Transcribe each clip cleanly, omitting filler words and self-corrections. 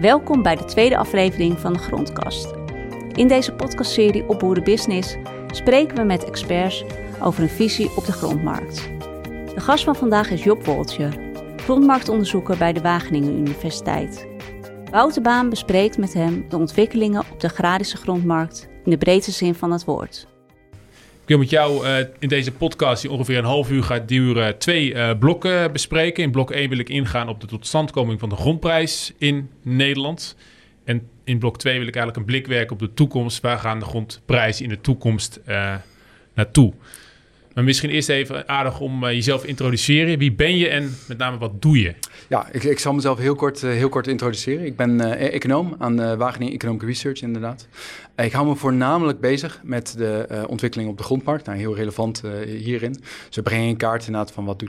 Welkom bij de tweede aflevering van de Grondkast. In deze podcastserie op Boerenbusiness spreken we met experts over een visie op de grondmarkt. De gast van vandaag is Job Woltje, grondmarktonderzoeker bij de Wageningen Universiteit. Wouter Baan bespreekt met hem de ontwikkelingen op de agrarische grondmarkt in de breedste zin van het woord. Ik wil met jou in deze podcast, die ongeveer een half uur gaat duren, twee blokken bespreken. In blok 1 wil ik ingaan op de totstandkoming van de grondprijs in Nederland. En in blok 2 wil ik eigenlijk een blik werken op de toekomst. Waar gaan de grondprijzen in de toekomst naartoe? Maar misschien eerst even aardig om jezelf te introduceren. Wie ben je en met name wat doe je? Ja, ik zal mezelf heel kort introduceren. Ik ben econoom aan Wageningen Economic Research inderdaad. Ik hou me voornamelijk bezig met de ontwikkeling op de grondmarkt. Nou, heel relevant hierin. Dus we brengen in kaart inderdaad van wat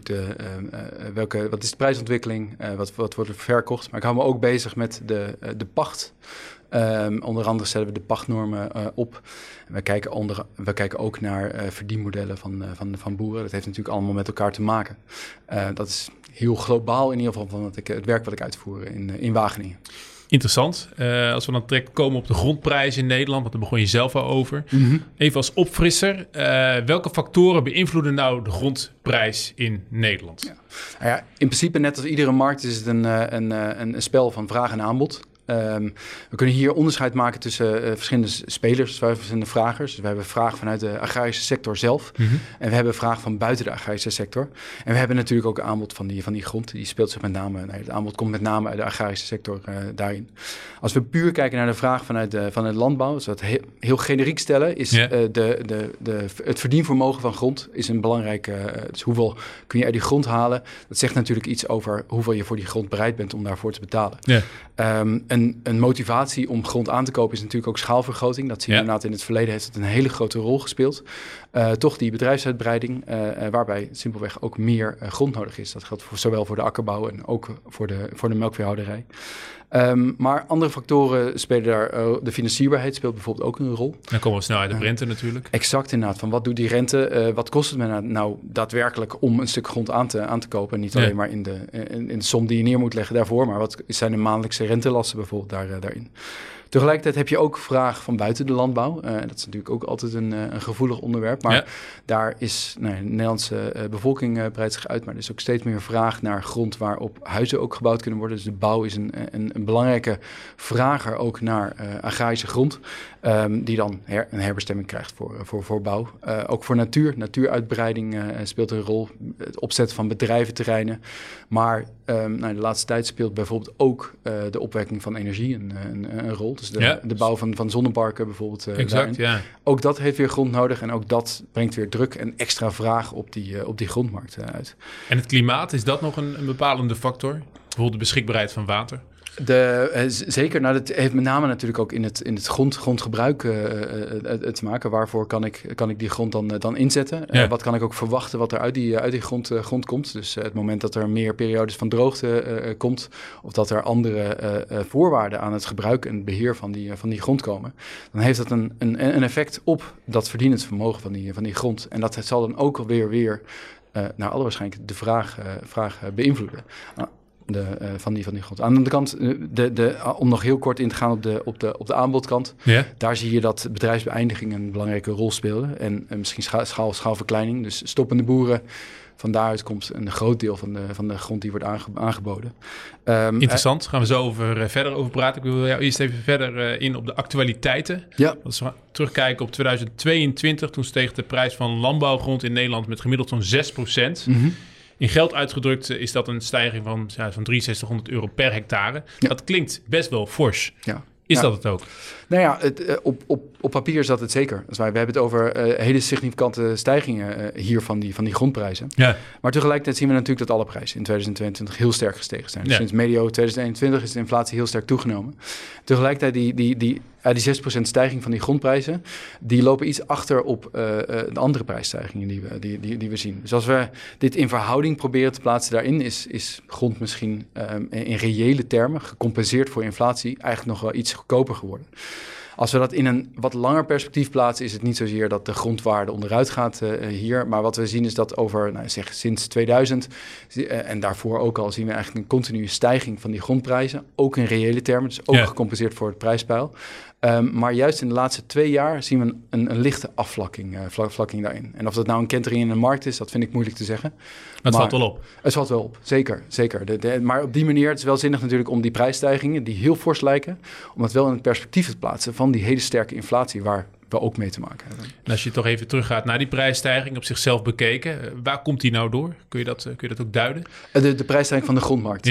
is de prijsontwikkeling, wat wordt er verkocht. Maar ik hou me ook bezig met de pacht. Onder andere stellen we de pachtnormen op. We kijken ook naar verdienmodellen van boeren. Dat heeft natuurlijk allemaal met elkaar te maken. Dat is heel globaal in ieder geval van het werk wat ik uitvoer in Wageningen. Interessant. Als we dan direct komen op de grondprijs in Nederland, want daar begon je zelf al over. Mm-hmm. Even als opfrisser, welke factoren beïnvloeden nou de grondprijs in Nederland? Ja. Nou ja, in principe net als iedere markt is het een spel van vraag en aanbod. We kunnen hier onderscheid maken tussen verschillende spelers, verschillende vragers. Dus we hebben vraag vanuit de agrarische sector zelf. Mm-hmm. En we hebben vraag van buiten de agrarische sector. En we hebben natuurlijk ook aanbod van die grond. Die speelt zich met name, het aanbod komt met name uit de agrarische sector daarin. Als we puur kijken naar de vraag vanuit de landbouw, dus wat heel generiek stellen, is het verdienvermogen van grond is een belangrijke. Dus hoeveel kun je uit die grond halen? Dat zegt natuurlijk iets over hoeveel je voor die grond bereid bent om daarvoor te betalen. Yeah. Een motivatie om grond aan te kopen is natuurlijk ook schaalvergroting. Dat zien we inderdaad in het verleden heeft het een hele grote rol gespeeld. Toch die bedrijfsuitbreiding, waarbij simpelweg ook meer grond nodig is. Dat geldt zowel voor de akkerbouw en ook voor de melkveehouderij. Maar andere factoren spelen daar. De financierbaarheid speelt bijvoorbeeld ook een rol. Dan komen we snel uit de rente natuurlijk. Exact inderdaad. Van wat doet die rente? Wat kost het me nou daadwerkelijk om een stuk grond aan te kopen? Niet alleen maar in de som die je neer moet leggen daarvoor. Maar wat zijn de maandelijkse rentelasten bijvoorbeeld daarin? Tegelijkertijd heb je ook vraag van buiten de landbouw. Dat is natuurlijk ook altijd een gevoelig onderwerp. Maar daar is de Nederlandse bevolking breidt zich uit. Maar er is ook steeds meer vraag naar grond waarop huizen ook gebouwd kunnen worden. Dus de bouw is een belangrijke vrager ook naar agrarische grond. Die dan een herbestemming krijgt voor bouw. Ook voor natuuruitbreiding speelt een rol. Het opzetten van bedrijventerreinen. Maar de laatste tijd speelt bijvoorbeeld ook de opwekking van energie een rol. Dus de bouw van zonneparken bijvoorbeeld. Exact, ja. Ook dat heeft weer grond nodig en ook dat brengt weer druk en extra vraag op die grondmarkt uit. En het klimaat, is dat nog een bepalende factor? Bijvoorbeeld de beschikbaarheid van water? Zeker, dat heeft met name natuurlijk ook in het grondgebruik te maken. Waarvoor kan ik die grond dan inzetten? Ja. Wat kan ik ook verwachten wat er uit die grond komt? Dus het moment dat er meer periodes van droogte komt, of dat er andere voorwaarden aan het gebruik en het beheer van die grond komen, dan heeft dat een effect op dat verdienend vermogen van die grond. En dat zal dan ook weer naar alle waarschijnlijkheid de vraag beïnvloeden. Van die grond. Aan de andere kant, om nog heel kort in te gaan op de aanbodkant, daar zie je dat bedrijfsbeëindiging een belangrijke rol speelde. En misschien schaalverkleining. Dus stoppende boeren, van daaruit komt een groot deel van de grond die wordt aangeboden. Interessant, gaan we zo verder over praten. Ik wil jou eerst even verder in op de actualiteiten. Ja. Als we terugkijken op 2022, toen steeg de prijs van landbouwgrond in Nederland met gemiddeld zo'n 6%. Mm-hmm. In geld uitgedrukt is dat een stijging van €6300 per hectare. Ja. Dat klinkt best wel fors. Ja. Is dat het ook? Nou ja, op papier is dat het zeker. We hebben het over hele significante stijgingen hier van die grondprijzen. Ja. Maar tegelijkertijd zien we natuurlijk dat alle prijzen in 2022 heel sterk gestegen zijn. Dus sinds medio 2021 is de inflatie heel sterk toegenomen. Tegelijkertijd die 6% stijging van die grondprijzen, die lopen iets achter op de andere prijsstijgingen die we zien. Dus als we dit in verhouding proberen te plaatsen daarin, is grond misschien in reële termen, gecompenseerd voor inflatie, eigenlijk nog wel iets goedkoper geworden. Als we dat in een wat langer perspectief plaatsen, is het niet zozeer dat de grondwaarde onderuit gaat hier. Maar wat we zien is dat over, sinds 2000 en daarvoor ook al, zien we eigenlijk een continue stijging van die grondprijzen. Ook in reële termen, dus ook gecompenseerd voor het prijspeil. Maar juist in de laatste 2 jaar zien we een lichte afvlakking daarin. En of dat nou een kentering in de markt is, dat vind ik moeilijk te zeggen. Maar het valt wel op. Het valt wel op, zeker. Maar op die manier, het is wel zinnig natuurlijk om die prijsstijgingen, die heel fors lijken, om dat wel in het perspectief te plaatsen van die hele sterke inflatie waar we ook mee te maken hebben. En als je toch even teruggaat naar die prijsstijging op zichzelf bekeken, waar komt die nou door? Kun je dat ook duiden? De prijsstijging van de grondmarkt.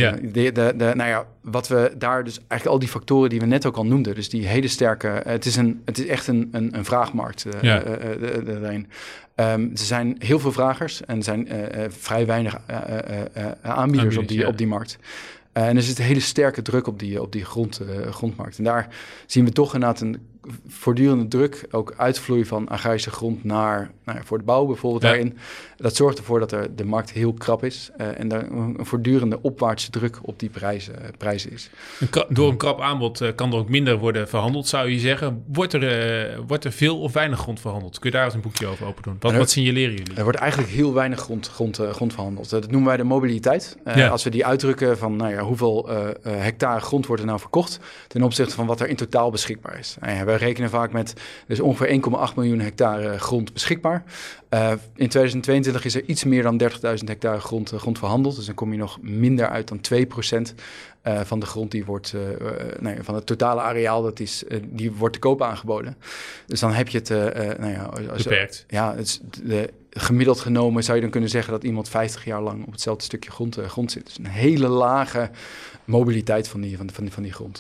Ja. Wat we daar dus eigenlijk al die factoren die we net ook al noemden, dus die hele sterke, het is echt een vraagmarkt daarin. Er zijn heel veel vragers en er zijn vrij weinig aanbieders op die markt. En er zit een hele sterke druk op die grondmarkt. En daar zien we toch inderdaad een voortdurende druk, ook uitvloei van agrarische grond naar voor de bouw bijvoorbeeld daarin. Dat zorgt ervoor dat de markt heel krap is en er een voortdurende opwaartse druk op die prijzen is. Door een krap aanbod kan er ook minder worden verhandeld, zou je zeggen. Wordt er veel of weinig grond verhandeld? Kun je daar eens een boekje over open doen? Wat signaleren jullie? Er wordt eigenlijk heel weinig grond verhandeld. Dat noemen wij de mobiliteit. Als we die uitdrukken van hoeveel hectare grond wordt er nou verkocht ten opzichte van wat er in totaal beschikbaar is. Wij rekenen vaak met dus ongeveer 1,8 miljoen hectare grond beschikbaar. In 2022 is er iets meer dan 30.000 hectare grond verhandeld. Dus dan kom je nog minder uit dan 2% van de grond die wordt, van het totale areaal, die wordt te koop aangeboden. Dus dan heb je het beperkt. Gemiddeld genomen zou je dan kunnen zeggen dat iemand 50 jaar lang op hetzelfde stukje grond zit. Dus een hele lage mobiliteit van die grond.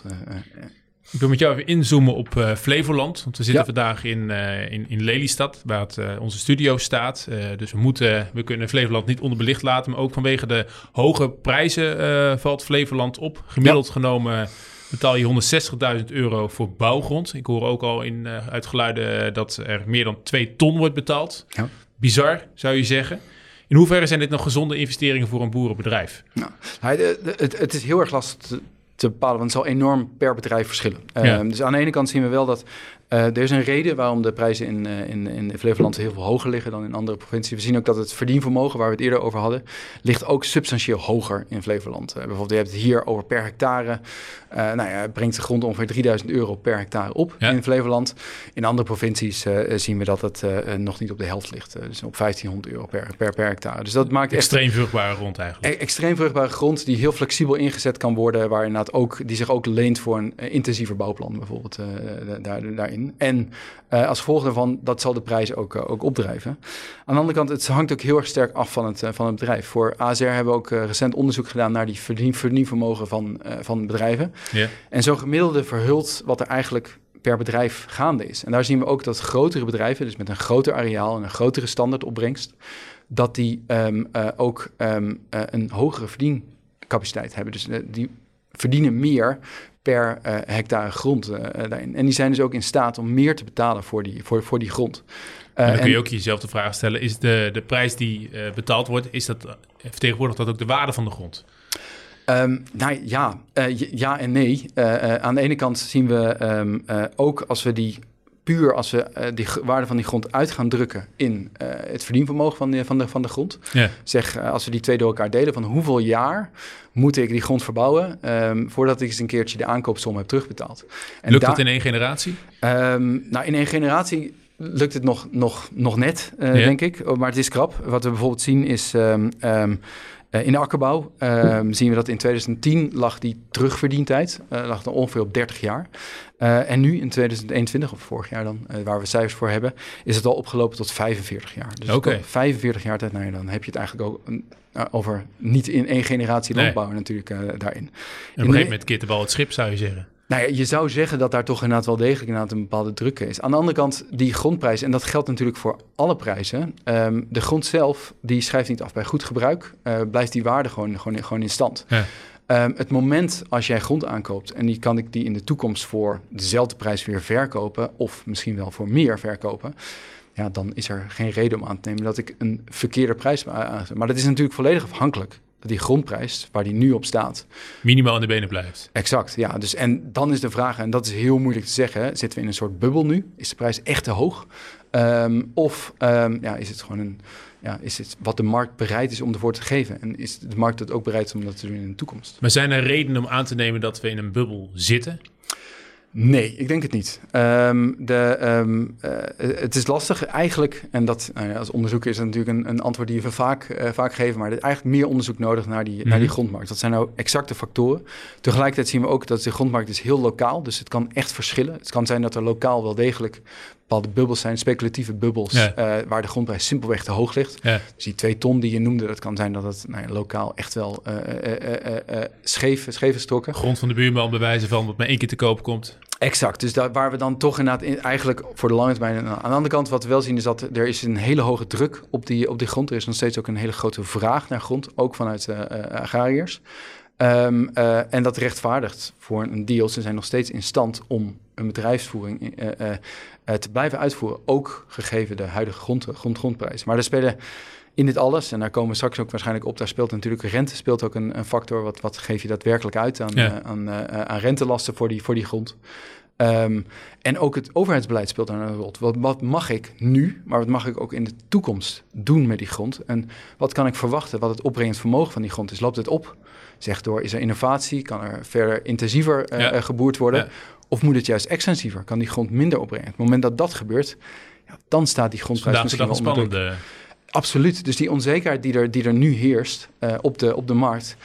Ik wil met jou even inzoomen op Flevoland. Want we zitten vandaag in Lelystad, waar onze studio staat. Dus we kunnen Flevoland niet onderbelicht laten. Maar ook vanwege de hoge prijzen valt Flevoland op. Gemiddeld genomen betaal je €160.000 voor bouwgrond. Ik hoor ook al uit geluiden dat er meer dan 2 ton wordt betaald. Ja. Bizar, zou je zeggen. In hoeverre zijn dit nog gezonde investeringen voor een boerenbedrijf? Nou, het is heel erg lastig te bepalen, want het zal enorm per bedrijf verschillen. Dus aan de ene kant zien we wel dat er is een reden waarom de prijzen in Flevoland heel veel hoger liggen dan in andere provincies. We zien ook dat het verdienvermogen, waar we het eerder over hadden, ligt ook substantieel hoger in Flevoland. Bijvoorbeeld, je hebt het hier over per hectare. Brengt de grond ongeveer €3.000 per hectare op in Flevoland. In andere provincies zien we dat het nog niet op de helft ligt. Dus op €1.500 per hectare. Dus dat maakt extreem vruchtbare grond eigenlijk. Extreem vruchtbare grond die heel flexibel ingezet kan worden, waar inderdaad die zich ook leent voor een intensiever bouwplan bijvoorbeeld daarin. En als gevolg daarvan, dat zal de prijs ook opdrijven. Aan de andere kant, het hangt ook heel erg sterk af van het bedrijf. Voor ASR hebben we ook recent onderzoek gedaan naar die verdienvermogen van bedrijven. Yeah. En zo'n gemiddelde verhult wat er eigenlijk per bedrijf gaande is. En daar zien we ook dat grotere bedrijven, dus met een groter areaal en een grotere standaardopbrengst, dat die ook een hogere verdiencapaciteit hebben. Dus die verdienen meer per hectare grond daarin. En die zijn dus ook in staat om meer te betalen voor die grond. En dan kun je ook jezelf de vraag stellen, is de prijs die betaald wordt, vertegenwoordigt dat ook de waarde van de grond? Ja en nee. Aan de ene kant zien we ook als we die waarde van die grond uit gaan drukken in het verdienvermogen van de grond. Ja. Zeg, als we die twee door elkaar delen, van hoeveel jaar moet ik die grond verbouwen voordat ik eens een keertje de aankoopsom heb terugbetaald. En lukt dat in 1 generatie? In 1 generatie lukt het nog net, denk ik. Maar het is krap. Wat we bijvoorbeeld zien is in de akkerbouw zien we dat in 2010 lag die terugverdientijd lag dan ongeveer op 30 jaar. En nu in 2021, of vorig jaar dan, waar we cijfers voor hebben, is het al opgelopen tot 45 jaar. Dus 45 jaar tijd, dan heb je het eigenlijk ook over niet in 1 generatie landbouw natuurlijk daarin. En op een gegeven moment keert de bal het schip, zou je zeggen. Je zou zeggen dat daar toch inderdaad wel degelijk een bepaalde druk is. Aan de andere kant, die grondprijs, en dat geldt natuurlijk voor alle prijzen. De grond zelf, die schrijft niet af. Bij goed gebruik blijft die waarde gewoon in stand. Ja. Het moment als jij grond aankoopt en kan ik die in de toekomst voor dezelfde prijs weer verkopen, of misschien wel voor meer verkopen, dan is er geen reden om aan te nemen dat ik een verkeerde prijs aanzet. Maar dat is natuurlijk volledig afhankelijk dat die grondprijs, waar die nu op staat, minimaal in de benen blijft. Exact, ja. Dus, en dan is de vraag, en dat is heel moeilijk te zeggen, hè, zitten we in een soort bubbel nu? Is de prijs echt te hoog? Is het gewoon is het wat de markt bereid is om ervoor te geven? En is de markt het ook bereid om dat te doen in de toekomst? Maar zijn er redenen om aan te nemen dat we in een bubbel zitten? Nee, ik denk het niet. Het is lastig eigenlijk, en dat als onderzoeker is dat natuurlijk een antwoord die we vaak geven, maar er is eigenlijk meer onderzoek nodig naar die grondmarkt. Dat zijn nou exacte factoren. Tegelijkertijd zien we ook dat de grondmarkt is heel lokaal, dus het kan echt verschillen. Het kan zijn dat er lokaal wel degelijk bepaalde bubbels zijn, speculatieve bubbels, waar de grondprijs simpelweg te hoog ligt. Ja. Dus die 2 ton die je noemde, dat kan zijn dat het lokaal echt wel scheef is getrokken. Grond van de buurman bewijzen van dat maar 1 keer te koop komt. Exact, dus waar we dan toch inderdaad eigenlijk voor de lange termijn... Aan de andere kant wat we wel zien is dat er is een hele hoge druk op die grond. Er is nog steeds ook een hele grote vraag naar grond, ook vanuit agrariërs. En dat rechtvaardigt voor een deal. Ze zijn nog steeds in stand om een bedrijfsvoering te blijven uitvoeren, ook gegeven de huidige grondprijs. Maar er spelen in dit alles, en daar komen we straks ook waarschijnlijk op, daar speelt natuurlijk rente speelt ook een factor. Wat geef je daadwerkelijk uit aan rentelasten voor die grond? En ook het overheidsbeleid speelt daar een rol. Wat mag ik nu, maar wat mag ik ook in de toekomst doen met die grond? En wat kan ik verwachten, wat het opbrengend vermogen van die grond is? Loopt het op? Is er innovatie? Kan er verder intensiever geboerd worden? Ja. Of moet het juist extensiever? Kan die grond minder opbrengen? Op het moment dat dat gebeurt, dan staat die grondprijs misschien wel onder druk. Absoluut. Dus die onzekerheid die er nu heerst op de markt.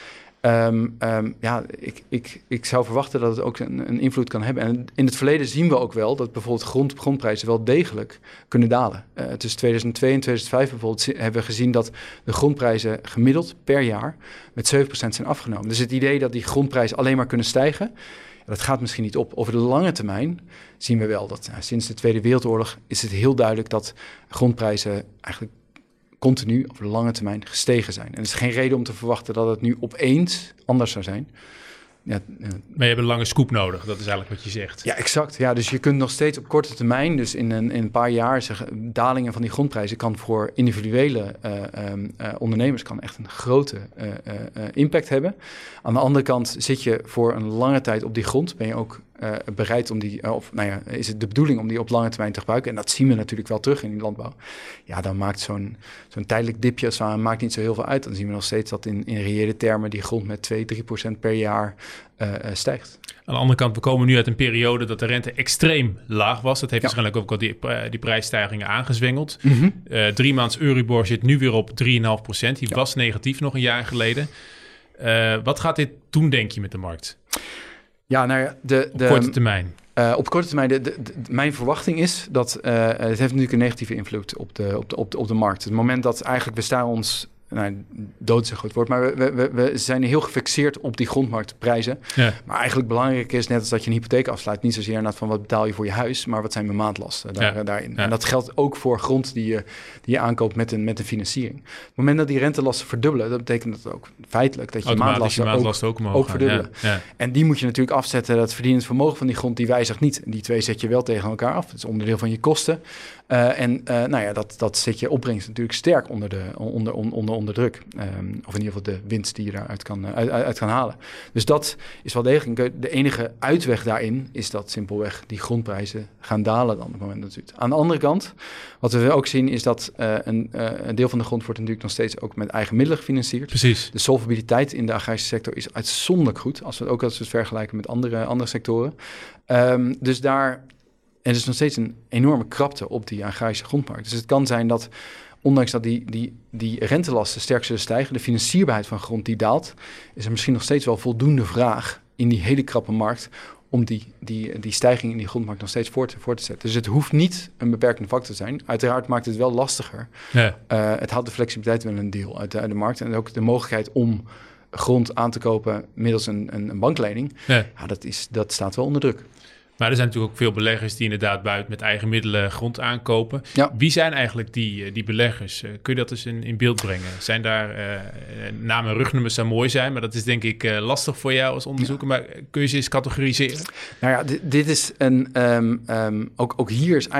Ik zou verwachten dat het ook een invloed kan hebben. En in het verleden zien we ook wel dat bijvoorbeeld grondprijzen wel degelijk kunnen dalen. Tussen 2002 en 2005 bijvoorbeeld hebben we gezien dat de grondprijzen gemiddeld per jaar met 7% zijn afgenomen. Dus het idee dat die grondprijzen alleen maar kunnen stijgen, dat gaat misschien niet op. Over de lange termijn zien we wel dat sinds de Tweede Wereldoorlog is het heel duidelijk dat grondprijzen eigenlijk continu over de lange termijn gestegen zijn. En er is geen reden om te verwachten dat het nu opeens anders zou zijn. Maar je hebt een lange scoop nodig, dat is eigenlijk wat je zegt. Ja, exact. Ja, dus je kunt nog steeds op korte termijn, dus in een paar jaar, zeggen, dalingen van die grondprijzen kan voor individuele ondernemers kan echt een grote impact hebben. Aan de andere kant zit je voor een lange tijd op die grond, ben je ook bereid om is het de bedoeling om die op lange termijn te gebruiken? En dat zien we natuurlijk wel terug in die landbouw. Ja, dan maakt zo'n tijdelijk dipje maakt niet zo heel veel uit. Dan zien we nog steeds dat in reële termen die grond met 2-3% per jaar stijgt. Aan de andere kant, we komen nu uit een periode dat de rente extreem laag was. Dat heeft waarschijnlijk ook al die prijsstijgingen aangezwengeld. 3 maands Euribor zit nu weer op 3,5%. Die was negatief nog een jaar geleden. Wat gaat dit doen, denk je, met de markt? Ja, nou ja, op korte termijn. Op korte termijn, mijn verwachting is dat het heeft natuurlijk een negatieve invloed op de markt. Het moment dat eigenlijk we staan ons dood is een goed woord, maar we zijn heel gefixeerd op die grondmarktprijzen. Ja. Maar eigenlijk belangrijk is, net als dat je een hypotheek afsluit, niet zozeer naar van wat betaal je voor je huis, maar wat zijn mijn maandlasten daarin. Ja. En dat geldt ook voor grond die je aankoopt met een financiering. Op het moment dat die rentelasten verdubbelen, dat betekent dat ook feitelijk dat je maandlasten ook verdubbelen. Ja. Ja. En die moet je natuurlijk afzetten. Dat verdienend vermogen van die grond, die wijzigt niet. En die twee zet je wel tegen elkaar af. Dat is onderdeel van je kosten. Dat zet je opbrengst natuurlijk sterk onder druk. Of in ieder geval de winst die je daaruit kan halen. Dus dat is wel degelijk. De enige uitweg daarin is dat simpelweg die grondprijzen gaan dalen dan op het moment dat het. Aan de andere kant, wat we ook zien is dat een deel van de grond wordt natuurlijk nog steeds ook met eigen middelen gefinancierd. Precies. De solvabiliteit in de agrarische sector is uitzonderlijk goed, als we het vergelijken met andere sectoren. Dus daar... En er is nog steeds een enorme krapte op die agrarische grondmarkt. Dus het kan zijn dat, ondanks dat die rentelasten sterk zullen stijgen, de financierbaarheid van grond die daalt, is er misschien nog steeds wel voldoende vraag in die hele krappe markt om die stijging in die grondmarkt nog steeds voor te zetten. Dus het hoeft niet een beperkende factor te zijn. Uiteraard maakt het wel lastiger. Ja. Het haalt de flexibiliteit wel een deel uit de markt en ook de mogelijkheid om grond aan te kopen middels een banklening. Ja, dat staat wel onder druk. Maar er zijn natuurlijk ook veel beleggers die inderdaad buiten met eigen middelen grond aankopen. Ja. Wie zijn eigenlijk die beleggers? Kun je dat eens in beeld brengen? Zijn daar namen en rugnummers zou mooi zijn, maar dat is denk ik lastig voor jou als onderzoeker. Ja. Maar kun je ze eens categoriseren? Nou ja, dit is ook hier is eigenlijk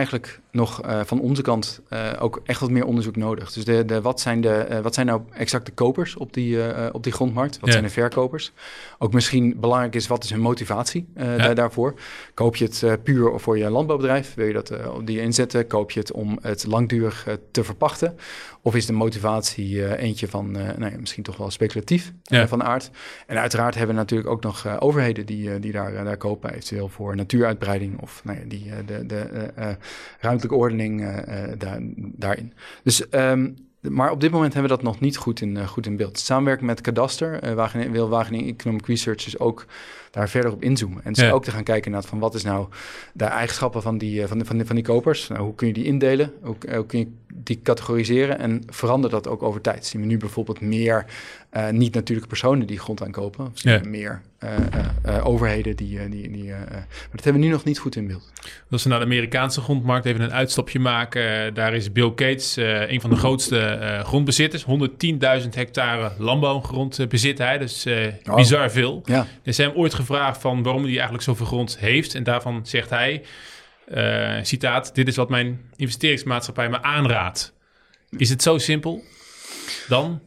nog van onze kant ook echt wat meer onderzoek nodig. Dus wat zijn nou exact de kopers op die grondmarkt? Wat zijn de verkopers? Ook misschien belangrijk is, wat is hun motivatie daarvoor? Koop je het puur voor je landbouwbedrijf? Wil je dat die inzetten? Koop je het om het langdurig te verpachten? Of is de motivatie eentje van misschien toch wel speculatief van aard? En uiteraard hebben we natuurlijk ook nog overheden die daar kopen, eventueel voor natuuruitbreiding of die de ruimtelijke ordening daarin. Dus, maar op dit moment hebben we dat nog niet goed in beeld. Samenwerken met Kadaster, Wageningen Economic Research is ook daar verder op inzoomen. En dus ook te gaan kijken naar van wat is nou de eigenschappen van die kopers. Nou, hoe kun je die indelen? Hoe kun je die categoriseren? En verander dat ook over tijd. Zien we nu bijvoorbeeld meer niet-natuurlijke personen die grond aankopen. Of zien we meer overheden maar dat hebben we nu nog niet goed in beeld. Als we naar de Amerikaanse grondmarkt even een uitstapje maken. Daar is Bill Gates een van de grootste grondbezitters. 110.000 hectare landbouwgrond bezit hij. Dus bizar veel. Ja. Er zijn hem ooit gevraagd van waarom hij eigenlijk zoveel grond heeft. En daarvan zegt hij, citaat, dit is wat mijn investeringsmaatschappij me aanraadt. Is het zo simpel dan?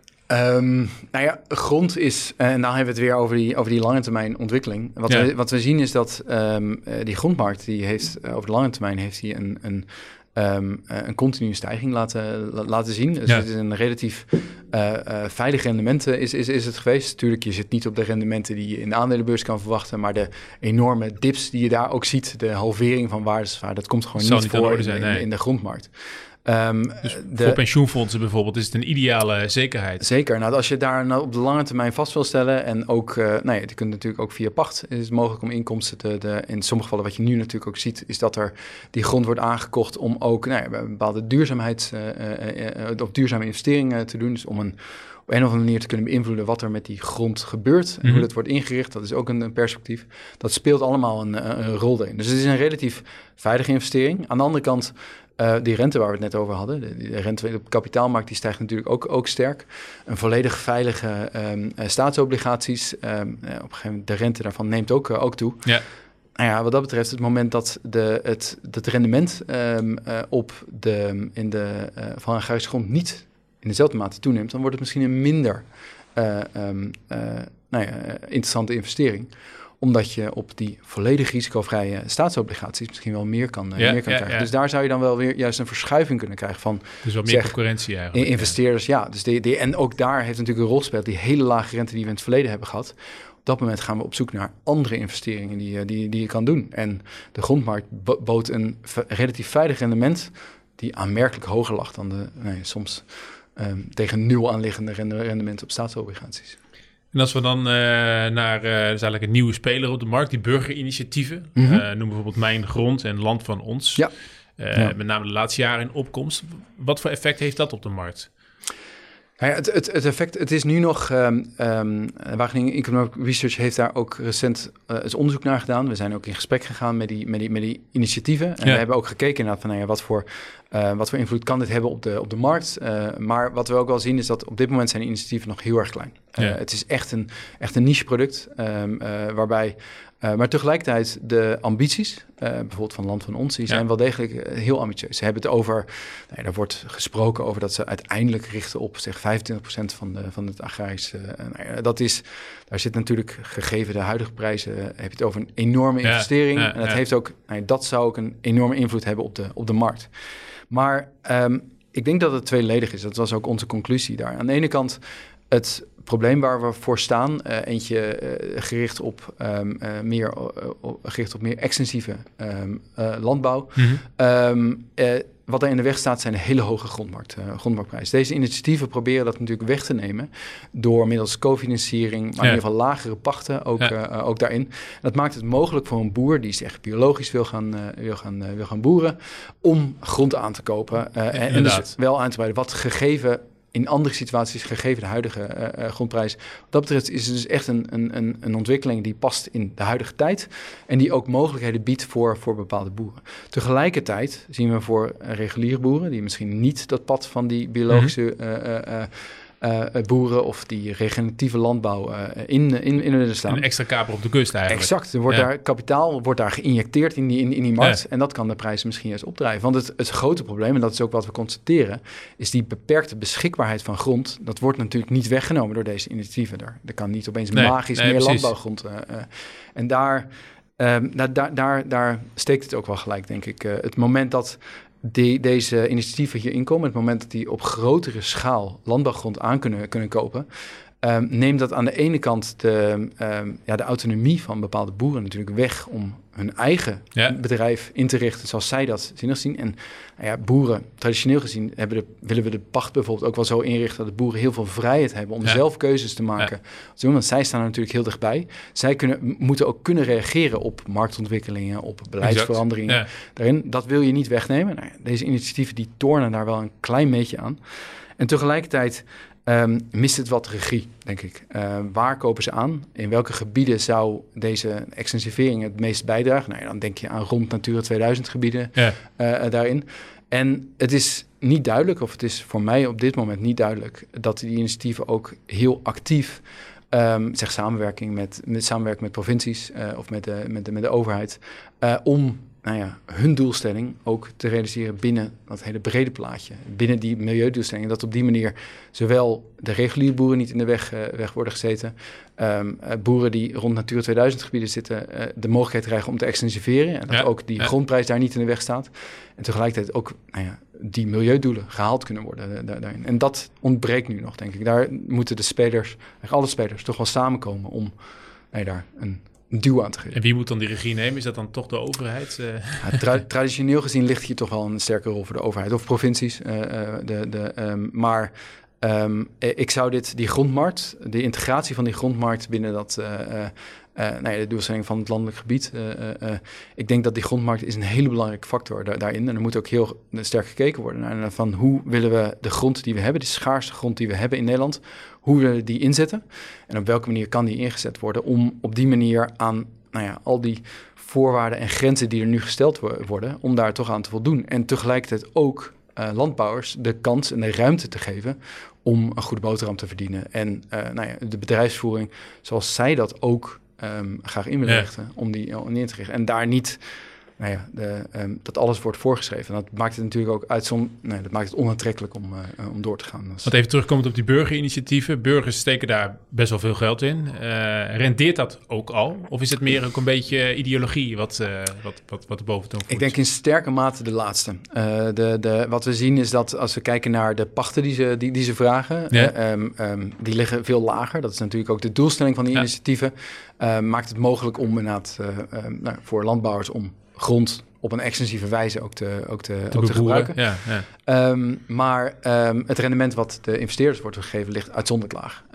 Grond is, en dan hebben we het weer over die lange termijn ontwikkeling. Wat we zien is dat die grondmarkt, die heeft over de lange termijn heeft hij een continue stijging laten zien. Dus het is een relatief veilig rendement is het geweest. Tuurlijk, je zit niet op de rendementen die je in de aandelenbeurs kan verwachten, maar de enorme dips die je daar ook ziet, de halvering van waardeswaarde, dat komt gewoon niet voor in de grondmarkt. Dus voor pensioenfondsen bijvoorbeeld is het een ideale zekerheid. Zeker. Nou, als je daar op de lange termijn vast wil stellen en ook, je kunt natuurlijk ook via pacht, is het mogelijk om inkomsten in sommige gevallen, wat je nu natuurlijk ook ziet, is dat er die grond wordt aangekocht om ook bepaalde duurzame investeringen te doen. Dus om op een of andere manier te kunnen beïnvloeden wat er met die grond gebeurt en hoe dat wordt ingericht. Dat is ook een perspectief. Dat speelt allemaal een rol in. Dus het is een relatief veilige investering. Aan de andere kant, die rente waar we het net over hadden, de rente op de kapitaalmarkt, die stijgt natuurlijk ook sterk. Een volledig veilige staatsobligaties, op een gegeven moment de rente daarvan neemt ook toe. Ja. Nou ja, wat dat betreft, het moment dat het rendement van agrarische grond niet in dezelfde mate toeneemt, dan wordt het misschien een minder interessante investering. Omdat je op die volledig risicovrije staatsobligaties misschien wel meer kan krijgen. Ja. Dus daar zou je dan wel weer juist een verschuiving kunnen krijgen van. Dus wat meer concurrentie eigenlijk. Investeerders, Dus en ook daar heeft natuurlijk een rol gespeeld. Die hele lage rente die we in het verleden hebben gehad. Op dat moment gaan we op zoek naar andere investeringen die je kan doen. En de grondmarkt bood een relatief veilig rendement die aanmerkelijk hoger lag dan soms tegen nul aanliggende rendementen op staatsobligaties. En als we dan naar dus eigenlijk een nieuwe speler op de markt, die burgerinitiatieven, noem bijvoorbeeld Mijn Grond en Land van Ons, met name de laatste jaren in opkomst. Wat voor effect heeft dat op de markt? Het effect, het is nu nog, Wageningen Economic Research heeft daar ook recent eens onderzoek naar gedaan. We zijn ook in gesprek gegaan met die initiatieven. En we hebben ook gekeken naar van, wat voor invloed kan dit hebben op de markt. Maar wat we ook wel zien is dat op dit moment zijn de initiatieven nog heel erg klein. Het is echt een niche product, waarbij... maar tegelijkertijd de ambities, bijvoorbeeld van Land van Ons, die zijn wel degelijk heel ambitieus. Ze hebben het over, daar wordt gesproken over dat ze uiteindelijk richten op zeg 25% van het agrarisch. Daar zit natuurlijk, gegeven de huidige prijzen, heb je het over een enorme investering. En dat heeft ook, dat zou ook een enorme invloed hebben op de markt. Maar ik denk dat het tweeledig is. Dat was ook onze conclusie daar. Aan de ene kant het probleem waar we voor staan, eentje gericht op meer extensieve landbouw. Wat er in de weg staat zijn hele hoge grondmarktprijzen. Deze initiatieven proberen dat natuurlijk weg te nemen door middels cofinanciering, maar in ieder geval lagere pachten ook daarin. Dat maakt het mogelijk voor een boer die zich biologisch wil gaan boeren om grond aan te kopen en dus wel aan te breiden. Wat gegeven in andere situaties, gegeven de huidige grondprijs. Wat dat betreft is het dus echt een ontwikkeling die past in de huidige tijd en die ook mogelijkheden biedt voor bepaalde boeren. Tegelijkertijd zien we voor reguliere boeren, die misschien niet dat pad van die biologische boeren of die regeneratieve landbouw in willen staan. Een extra kaper op de kust eigenlijk. Exact. Er wordt daar kapitaal geïnjecteerd in die markt. Ja. En dat kan de prijzen misschien eens opdrijven. Want het grote probleem, en dat is ook wat we constateren, is die beperkte beschikbaarheid van grond. Dat wordt natuurlijk niet weggenomen door deze initiatieven. Er kan niet opeens magisch meer landbouwgrond. En daar steekt het ook wel gelijk, denk ik. Het moment dat deze initiatieven hier inkomen, het moment dat die op grotere schaal landbouwgrond aan kunnen kopen, neemt dat aan de ene kant de autonomie van bepaalde boeren natuurlijk weg om hun eigen bedrijf in te richten zoals zij dat zinnig zien. En boeren, traditioneel gezien, willen we de pacht bijvoorbeeld ook wel zo inrichten dat de boeren heel veel vrijheid hebben om zelf keuzes te maken. Ja. Want zij staan er natuurlijk heel dichtbij. Zij moeten ook kunnen reageren op marktontwikkelingen, op beleidsveranderingen. Daarin, dat wil je niet wegnemen. Deze initiatieven die tornen daar wel een klein beetje aan. En tegelijkertijd mist het wat regie, denk ik. Waar kopen ze aan? In welke gebieden zou deze extensivering het meest bijdragen? Dan denk je aan rond Natura 2000 gebieden daarin. En het is niet duidelijk, of het is voor mij op dit moment niet duidelijk, dat die initiatieven ook heel actief samenwerking met provincies of met de overheid om hun doelstelling ook te realiseren binnen dat hele brede plaatje. Binnen die milieudoelstelling. Dat op die manier zowel de reguliere boeren niet in de weg worden gezeten. Boeren die rond Natura 2000 gebieden zitten de mogelijkheid krijgen om te extensiveren. En dat ook die grondprijs daar niet in de weg staat. En tegelijkertijd ook die milieudoelen gehaald kunnen worden daarin. En dat ontbreekt nu nog, denk ik. Daar moeten de spelers, alle spelers, toch wel samenkomen om daar een duw aan te geven. En wie moet dan die regie nemen? Is dat dan toch de overheid? Traditioneel gezien ligt hier toch wel een sterke rol voor de overheid of provincies. Maar ik zou die grondmarkt, de integratie van die grondmarkt binnen dat de doelstelling van het landelijk gebied. Ik denk dat die grondmarkt is een hele belangrijke factor daarin. En er moet ook heel sterk gekeken worden naar van hoe willen we de grond die we hebben, de schaarse grond die we hebben in Nederland, hoe willen we die inzetten? En op welke manier kan die ingezet worden om op die manier aan al die voorwaarden en grenzen die er nu gesteld worden, om daar toch aan te voldoen. En tegelijkertijd ook landbouwers de kans en de ruimte te geven om een goede boterham te verdienen. En de bedrijfsvoering zoals zij dat ook graag in willen richten, om die in te richten. En daar niet dat alles wordt voorgeschreven. En dat maakt het natuurlijk ook dat maakt het onaantrekkelijk om door te gaan. Want even terugkomend op die burgerinitiatieven. Burgers steken daar best wel veel geld in. Rendeert dat ook al? Of is het meer ook een beetje ideologie wat de boventoon voert? Ik denk in sterke mate de laatste. Wat we zien is dat als we kijken naar de pachten die ze vragen, die liggen veel lager. Dat is natuurlijk ook de doelstelling van die initiatieven. Maakt het mogelijk om inderdaad voor landbouwers om grond op een extensieve wijze ook te gebruiken. Maar het rendement wat de investeerders wordt gegeven ligt uitzonderlijk laag.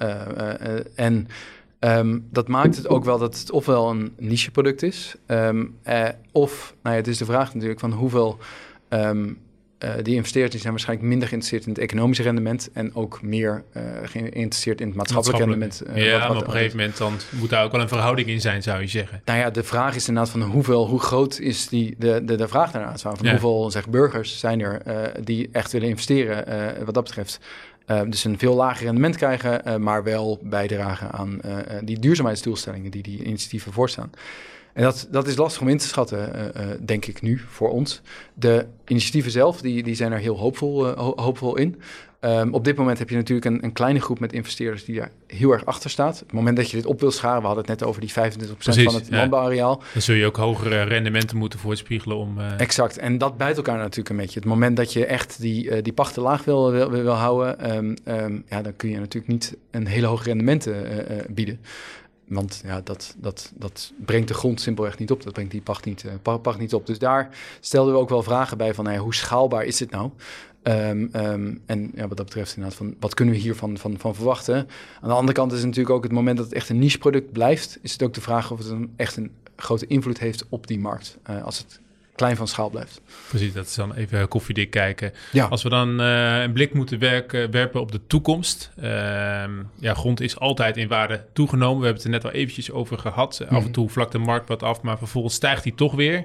Dat maakt het ook wel dat het ofwel een nicheproduct is, of het is de vraag natuurlijk van hoeveel die investeerders die zijn waarschijnlijk minder geïnteresseerd in het economische rendement en ook meer geïnteresseerd in het maatschappelijk rendement. Maar op een gegeven moment dan moet daar ook wel een verhouding in zijn, zou je zeggen. De vraag is inderdaad van hoe groot is de vraag daarnaast? Van hoeveel burgers zijn er die echt willen investeren wat dat betreft? Dus een veel lager rendement krijgen, maar wel bijdragen aan die duurzaamheidsdoelstellingen die initiatieven voorstaan. En dat is lastig om in te schatten, denk ik nu, voor ons. De initiatieven zelf, die zijn er heel hoopvol in. Op dit moment heb je natuurlijk een kleine groep met investeerders die daar heel erg achter staat. Op het moment dat je dit op wil scharen, we hadden het net over die 25% van het landbouwareaal. Dan zul je ook hogere rendementen moeten voorspiegelen om... Exact, en dat bijt elkaar natuurlijk een beetje. Het moment dat je echt die pachten laag wil houden, dan kun je natuurlijk niet een hele hoge rendementen bieden. Want dat brengt de grond simpelweg niet op. Dat brengt die pacht niet op. Dus daar stelden we ook wel vragen bij van hoe schaalbaar is dit nou? Wat dat betreft inderdaad van wat kunnen we hiervan van verwachten? Aan de andere kant is het natuurlijk ook het moment dat het echt een nicheproduct blijft, is het ook de vraag of het echt een grote invloed heeft op die markt. Als het klein van schaal blijft. Precies, dat is dan even koffiedik kijken. Ja. Als we dan een blik moeten werpen op de toekomst. Grond is altijd in waarde toegenomen. We hebben het er net al eventjes over gehad. Af en toe vlakt de markt wat af, maar vervolgens stijgt die toch weer.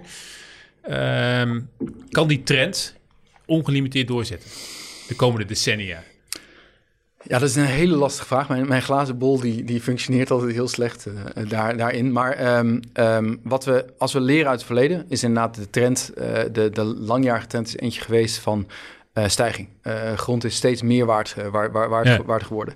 Kan die trend ongelimiteerd doorzetten de komende decennia? Ja, dat is een hele lastige vraag. Mijn glazen bol die functioneert altijd heel slecht daarin. Maar als we leren uit het verleden, is inderdaad de trend, de langjarige trend is eentje geweest van stijging. Grond is steeds meer waard geworden.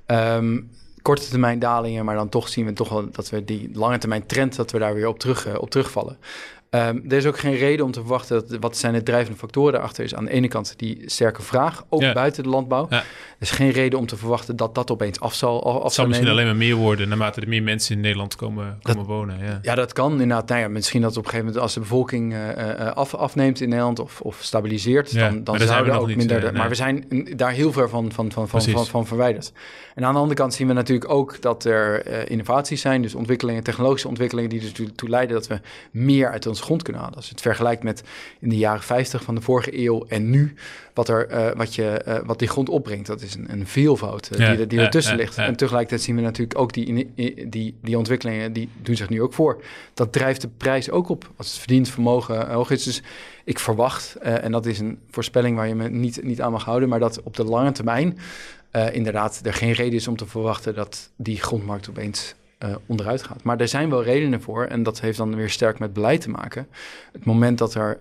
Korte termijn dalingen, maar dan toch zien we toch wel dat we die lange termijn trend, dat we daar weer op terugvallen. Er is ook geen reden om te verwachten wat zijn de drijvende factoren daarachter is. Aan de ene kant die sterke vraag, ook buiten de landbouw. Ja. Er is geen reden om te verwachten dat opeens af zal Het zal misschien alleen maar meer worden naarmate er meer mensen in Nederland komen wonen. Ja, dat kan inderdaad. Nou ja, misschien dat op een gegeven moment als de bevolking afneemt in Nederland of stabiliseert, dan zouden we ook minder. Maar we zijn daar heel ver van verwijderd. En aan de andere kant zien we natuurlijk ook dat er innovaties zijn, dus ontwikkelingen, technologische ontwikkelingen die er toe leiden dat we meer uit onze grond kunnen halen. Als je het vergelijkt met in de jaren 50 van de vorige eeuw en nu, wat die grond opbrengt, dat is een veelvoud die ertussen ligt. En tegelijkertijd zien we natuurlijk ook die ontwikkelingen, die doen zich nu ook voor. Dat drijft de prijs ook op als het verdiend vermogen hoog is. Dus ik verwacht, en dat is een voorspelling waar je me niet aan mag houden, maar dat op de lange termijn inderdaad er geen reden is om te verwachten dat die grondmarkt opeens onderuit gaat. Maar er zijn wel redenen voor en dat heeft dan weer sterk met beleid te maken. Het moment dat er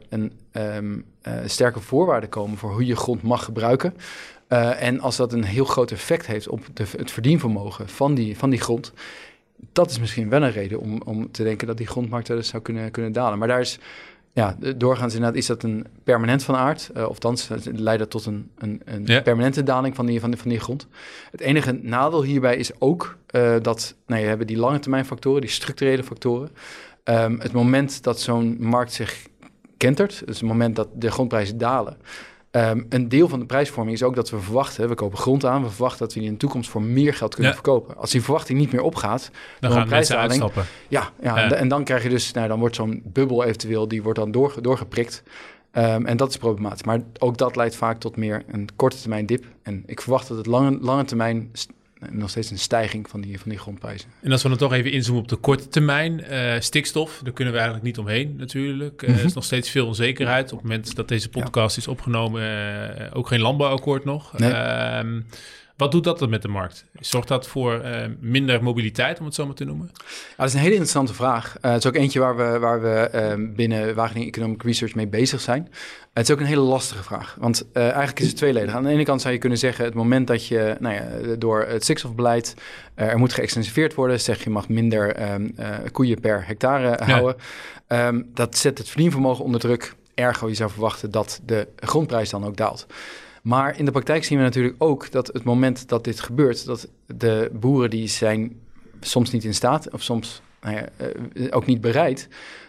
sterke voorwaarden komen voor hoe je grond mag gebruiken en als dat een heel groot effect heeft op het verdienvermogen van die grond, dat is misschien wel een reden om te denken dat die grondmarkt dus zou kunnen dalen. Maar daar is doorgaans inderdaad is dat een permanent van aard. Of thans, leidt dat tot een permanente daling van die grond. Het enige nadeel hierbij is ook dat je hebben die lange termijn factoren, die structurele factoren. Het moment dat zo'n markt zich kentert, dus het moment dat de grondprijzen dalen. Een deel van de prijsvorming is ook dat we verwachten, we kopen grond aan, we verwachten dat we die in de toekomst voor meer geld kunnen verkopen. Als die verwachting niet meer opgaat, dan gaan mensen uitstappen. En dan krijg je dus, dan wordt zo'n bubbel eventueel, die wordt dan doorgeprikt. En dat is problematisch. Maar ook dat leidt vaak tot meer een korte termijn dip. En ik verwacht dat het lange termijn nog steeds een stijging van die grondprijzen. En als we dan toch even inzoomen op de korte termijn, stikstof, daar kunnen we eigenlijk niet omheen natuurlijk. Er is nog steeds veel onzekerheid. Op het moment dat deze podcast is opgenomen, ook geen landbouwakkoord nog. Nee. Wat doet dat dan met de markt? Zorgt dat voor minder mobiliteit, om het zo maar te noemen? Ja, dat is een hele interessante vraag. Het is ook eentje waar we binnen Wageningen Economic Research mee bezig zijn. Het is ook een hele lastige vraag, want eigenlijk is het tweeledig. Aan de ene kant zou je kunnen zeggen, het moment dat je door het stikstofbeleid er moet geëxtensiveerd worden, zeg je mag minder koeien per hectare houden. Dat zet het verdienvermogen onder druk. Ergo, je zou verwachten dat de grondprijs dan ook daalt. Maar in de praktijk zien we natuurlijk ook dat het moment dat dit gebeurt, dat de boeren die zijn soms niet in staat of soms ook niet bereid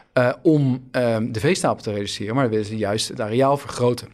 om de veestapel te reduceren, maar dan willen ze juist het areaal vergroten.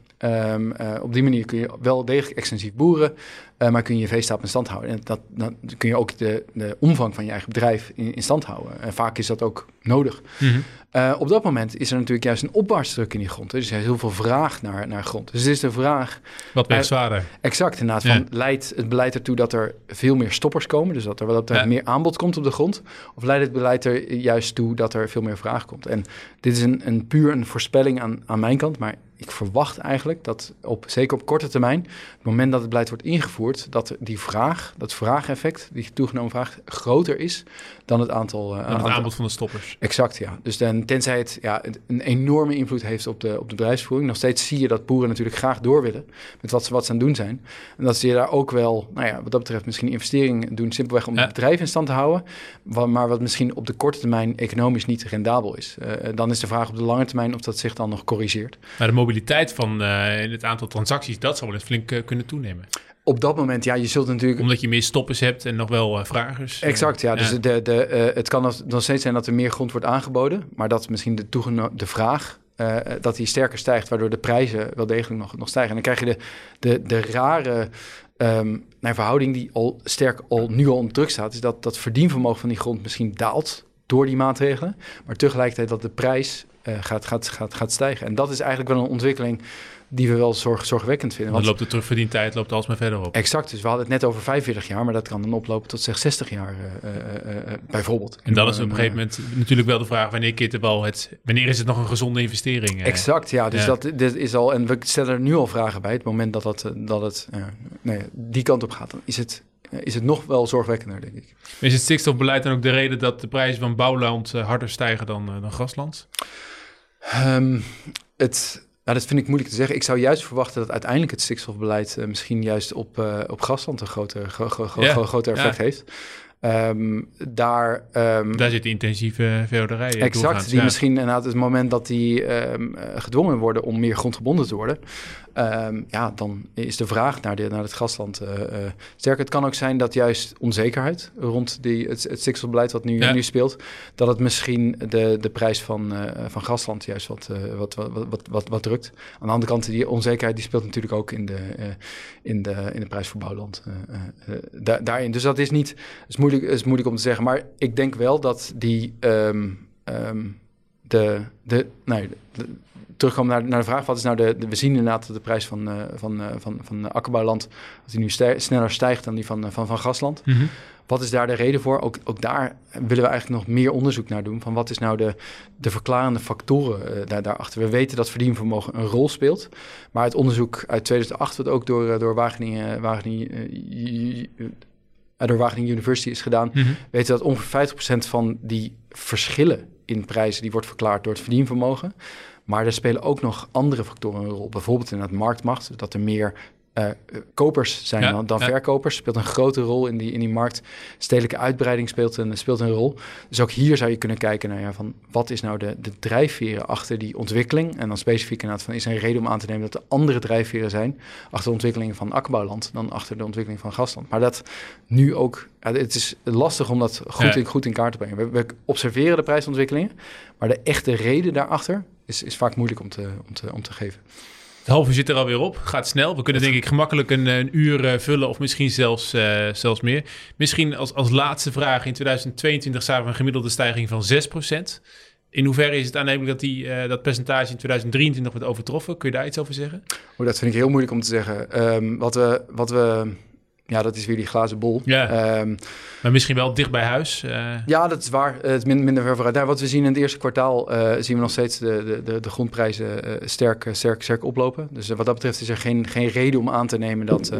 Op die manier kun je wel degelijk extensief boeren, maar kun je je veestapel in stand houden. En dan kun je ook de omvang van je eigen bedrijf in stand houden. En vaak is dat ook nodig. Mm-hmm. Op dat moment is er natuurlijk juist een opwaartsdruk in die grond. Dus er is heel veel vraag naar grond. Dus het is de vraag... Wat weegt zwaarder? Exact, inderdaad. Leidt het beleid ertoe dat er veel meer stoppers komen? Dus dat er meer aanbod komt op de grond? Of leidt het beleid er juist toe dat er veel meer vraag komt? En dit is puur een voorspelling aan mijn kant, maar ik verwacht eigenlijk dat zeker op korte termijn, het moment dat het beleid wordt ingevoerd, dat die vraag, dat vraageffect, die toegenomen vraag, groter is dan het aantal... het aanbod van de stoppers. Exact, ja. Dus tenzij het een enorme invloed heeft op de bedrijfsvoering, nog steeds zie je dat boeren natuurlijk graag door willen met wat ze aan het doen zijn. En dat ze daar ook wel, wat dat betreft misschien investeringen doen, simpelweg om het bedrijf in stand te houden, maar wat misschien op de korte termijn economisch niet rendabel is. Dan is de vraag op de lange termijn of dat zich dan nog corrigeert. Maar de mobiliteit van het aantal transacties, dat zal wel eens flink kunnen toenemen. Op dat moment, je zult natuurlijk... Omdat je meer stoppers hebt en nog wel vragers. Exact, ja. Dus het kan nog steeds zijn dat er meer grond wordt aangeboden, maar dat misschien de vraag, dat die sterker stijgt, waardoor de prijzen wel degelijk nog stijgen. En dan krijg je de rare verhouding die nu al onder druk staat, is dat verdienvermogen van die grond misschien daalt. door die maatregelen. Maar tegelijkertijd dat de prijs gaat stijgen. En dat is eigenlijk wel een ontwikkeling die we wel zorgwekkend vinden. Dan loopt de terugverdientijd alsmaar verder op. Exact, dus we hadden het net over 45 jaar, maar dat kan dan oplopen tot zeg 60 jaar bijvoorbeeld. En dan is op een gegeven moment natuurlijk wel de vraag, wanneer is het nog een gezonde investering? Exact, ja, dus dit is al, en we stellen er nu al vragen bij. Het moment dat het die kant op gaat, dan is het nog wel zorgwekkender, denk ik. Is het stikstofbeleid dan ook de reden dat de prijzen van bouwland harder stijgen dan grasland? Dat vind ik moeilijk te zeggen. Ik zou juist verwachten dat uiteindelijk het stikstofbeleid misschien juist op grasland een groter effect heeft. Daar zit de intensieve veehouderij. Exact, die misschien inderdaad het moment dat die gedwongen worden om meer grondgebonden te worden. Dan is de vraag naar het grasland sterker. Het kan ook zijn dat juist onzekerheid rond het stikstofbeleid wat nu speelt, dat het misschien de prijs van grasland juist wat drukt. Aan de andere kant, die onzekerheid die speelt natuurlijk ook in de prijs voor bouwland daarin. Dus dat is niet, is moeilijk om te zeggen. Maar ik denk wel dat terugkomen naar de vraag, wat is nou we zien inderdaad dat de prijs van akkerbouwland, als die nu sneller stijgt dan die van grasland. Mm-hmm. Wat is daar de reden voor? Ook daar willen we eigenlijk nog meer onderzoek naar doen. Van wat is nou de verklarende factoren daarachter? We weten dat verdienvermogen een rol speelt. Maar uit onderzoek uit 2008, wat ook door Wageningen University is gedaan, mm-hmm. weten we dat ongeveer 50% van die verschillen in prijzen, die wordt verklaard door het verdienvermogen. Maar er spelen ook nog andere factoren een rol. Bijvoorbeeld in het marktmacht, dat er meer kopers zijn dan verkopers. Speelt een grote rol in die markt. Stedelijke uitbreiding speelt een rol. Dus ook hier zou je kunnen kijken naar van wat is nou de drijfveren achter die ontwikkeling. En dan specifiek inderdaad van, is er een reden om aan te nemen dat er andere drijfveren zijn achter de ontwikkeling van akkerbouwland dan achter de ontwikkeling van grasland. Maar dat nu ook, het is lastig om dat goed in kaart te brengen. We observeren de prijsontwikkelingen, maar de echte reden daarachter is vaak moeilijk om te geven. Het half uur zit er alweer op. Gaat snel. We kunnen denk ik gemakkelijk een uur vullen of misschien zelfs meer. Misschien als laatste vraag. In 2022 zagen we een gemiddelde stijging van 6%. In hoeverre is het aannemelijk dat dat percentage in 2023 wordt overtroffen? Kun je daar iets over zeggen? Dat vind ik heel moeilijk om te zeggen. Wat we dat is weer die glazen bol. Ja, maar misschien wel dicht bij huis. Ja, dat is waar. Het is minder ver vooruit. Wat we zien in het eerste kwartaal, zien we nog steeds de grondprijzen sterk oplopen. Dus wat dat betreft is er geen reden om aan te nemen dat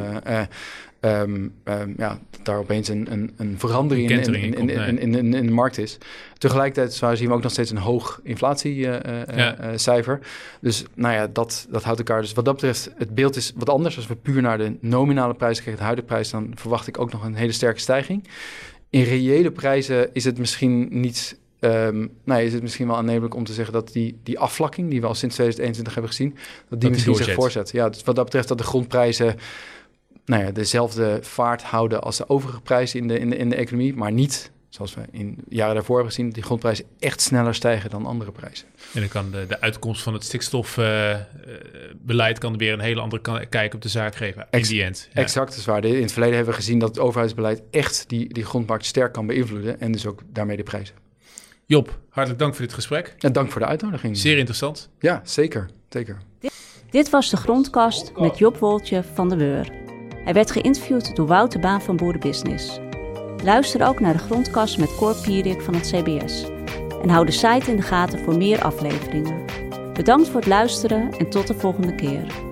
daar opeens een verandering in de markt is. Tegelijkertijd zien we ook nog steeds een hoog inflatiecijfer. Dus dat houdt elkaar. Dus wat dat betreft, het beeld is wat anders. Als we puur naar de nominale prijzen kijken, de huidige prijs, dan verwacht ik ook nog een hele sterke stijging. In reële prijzen is het misschien niet. Is het misschien wel aannemelijk om te zeggen dat die afvlakking die we al sinds 2021 hebben gezien, dat die misschien zich voorzet. Ja, dus wat dat betreft dat de grondprijzen dezelfde vaart houden als de overige prijzen in de economie, maar niet, zoals we in jaren daarvoor hebben gezien, die grondprijzen echt sneller stijgen dan andere prijzen. En dan kan de uitkomst van het stikstofbeleid kan weer een hele andere kijk op de zaak geven, in die end. Ja. Exact, dat is waar. In het verleden hebben we gezien dat het overheidsbeleid echt die grondmarkt sterk kan beïnvloeden en dus ook daarmee de prijzen. Job, hartelijk dank voor dit gesprek. En dank voor de uitnodiging. Zeer interessant. Ja, zeker. Dit was de Grondkast met Job Woltje van de Weur. Hij werd geïnterviewd door Wouter Baan van Boerenbusiness. Luister ook naar de Grondkast met Cor Pierik van het CBS. En hou de site in de gaten voor meer afleveringen. Bedankt voor het luisteren en tot de volgende keer.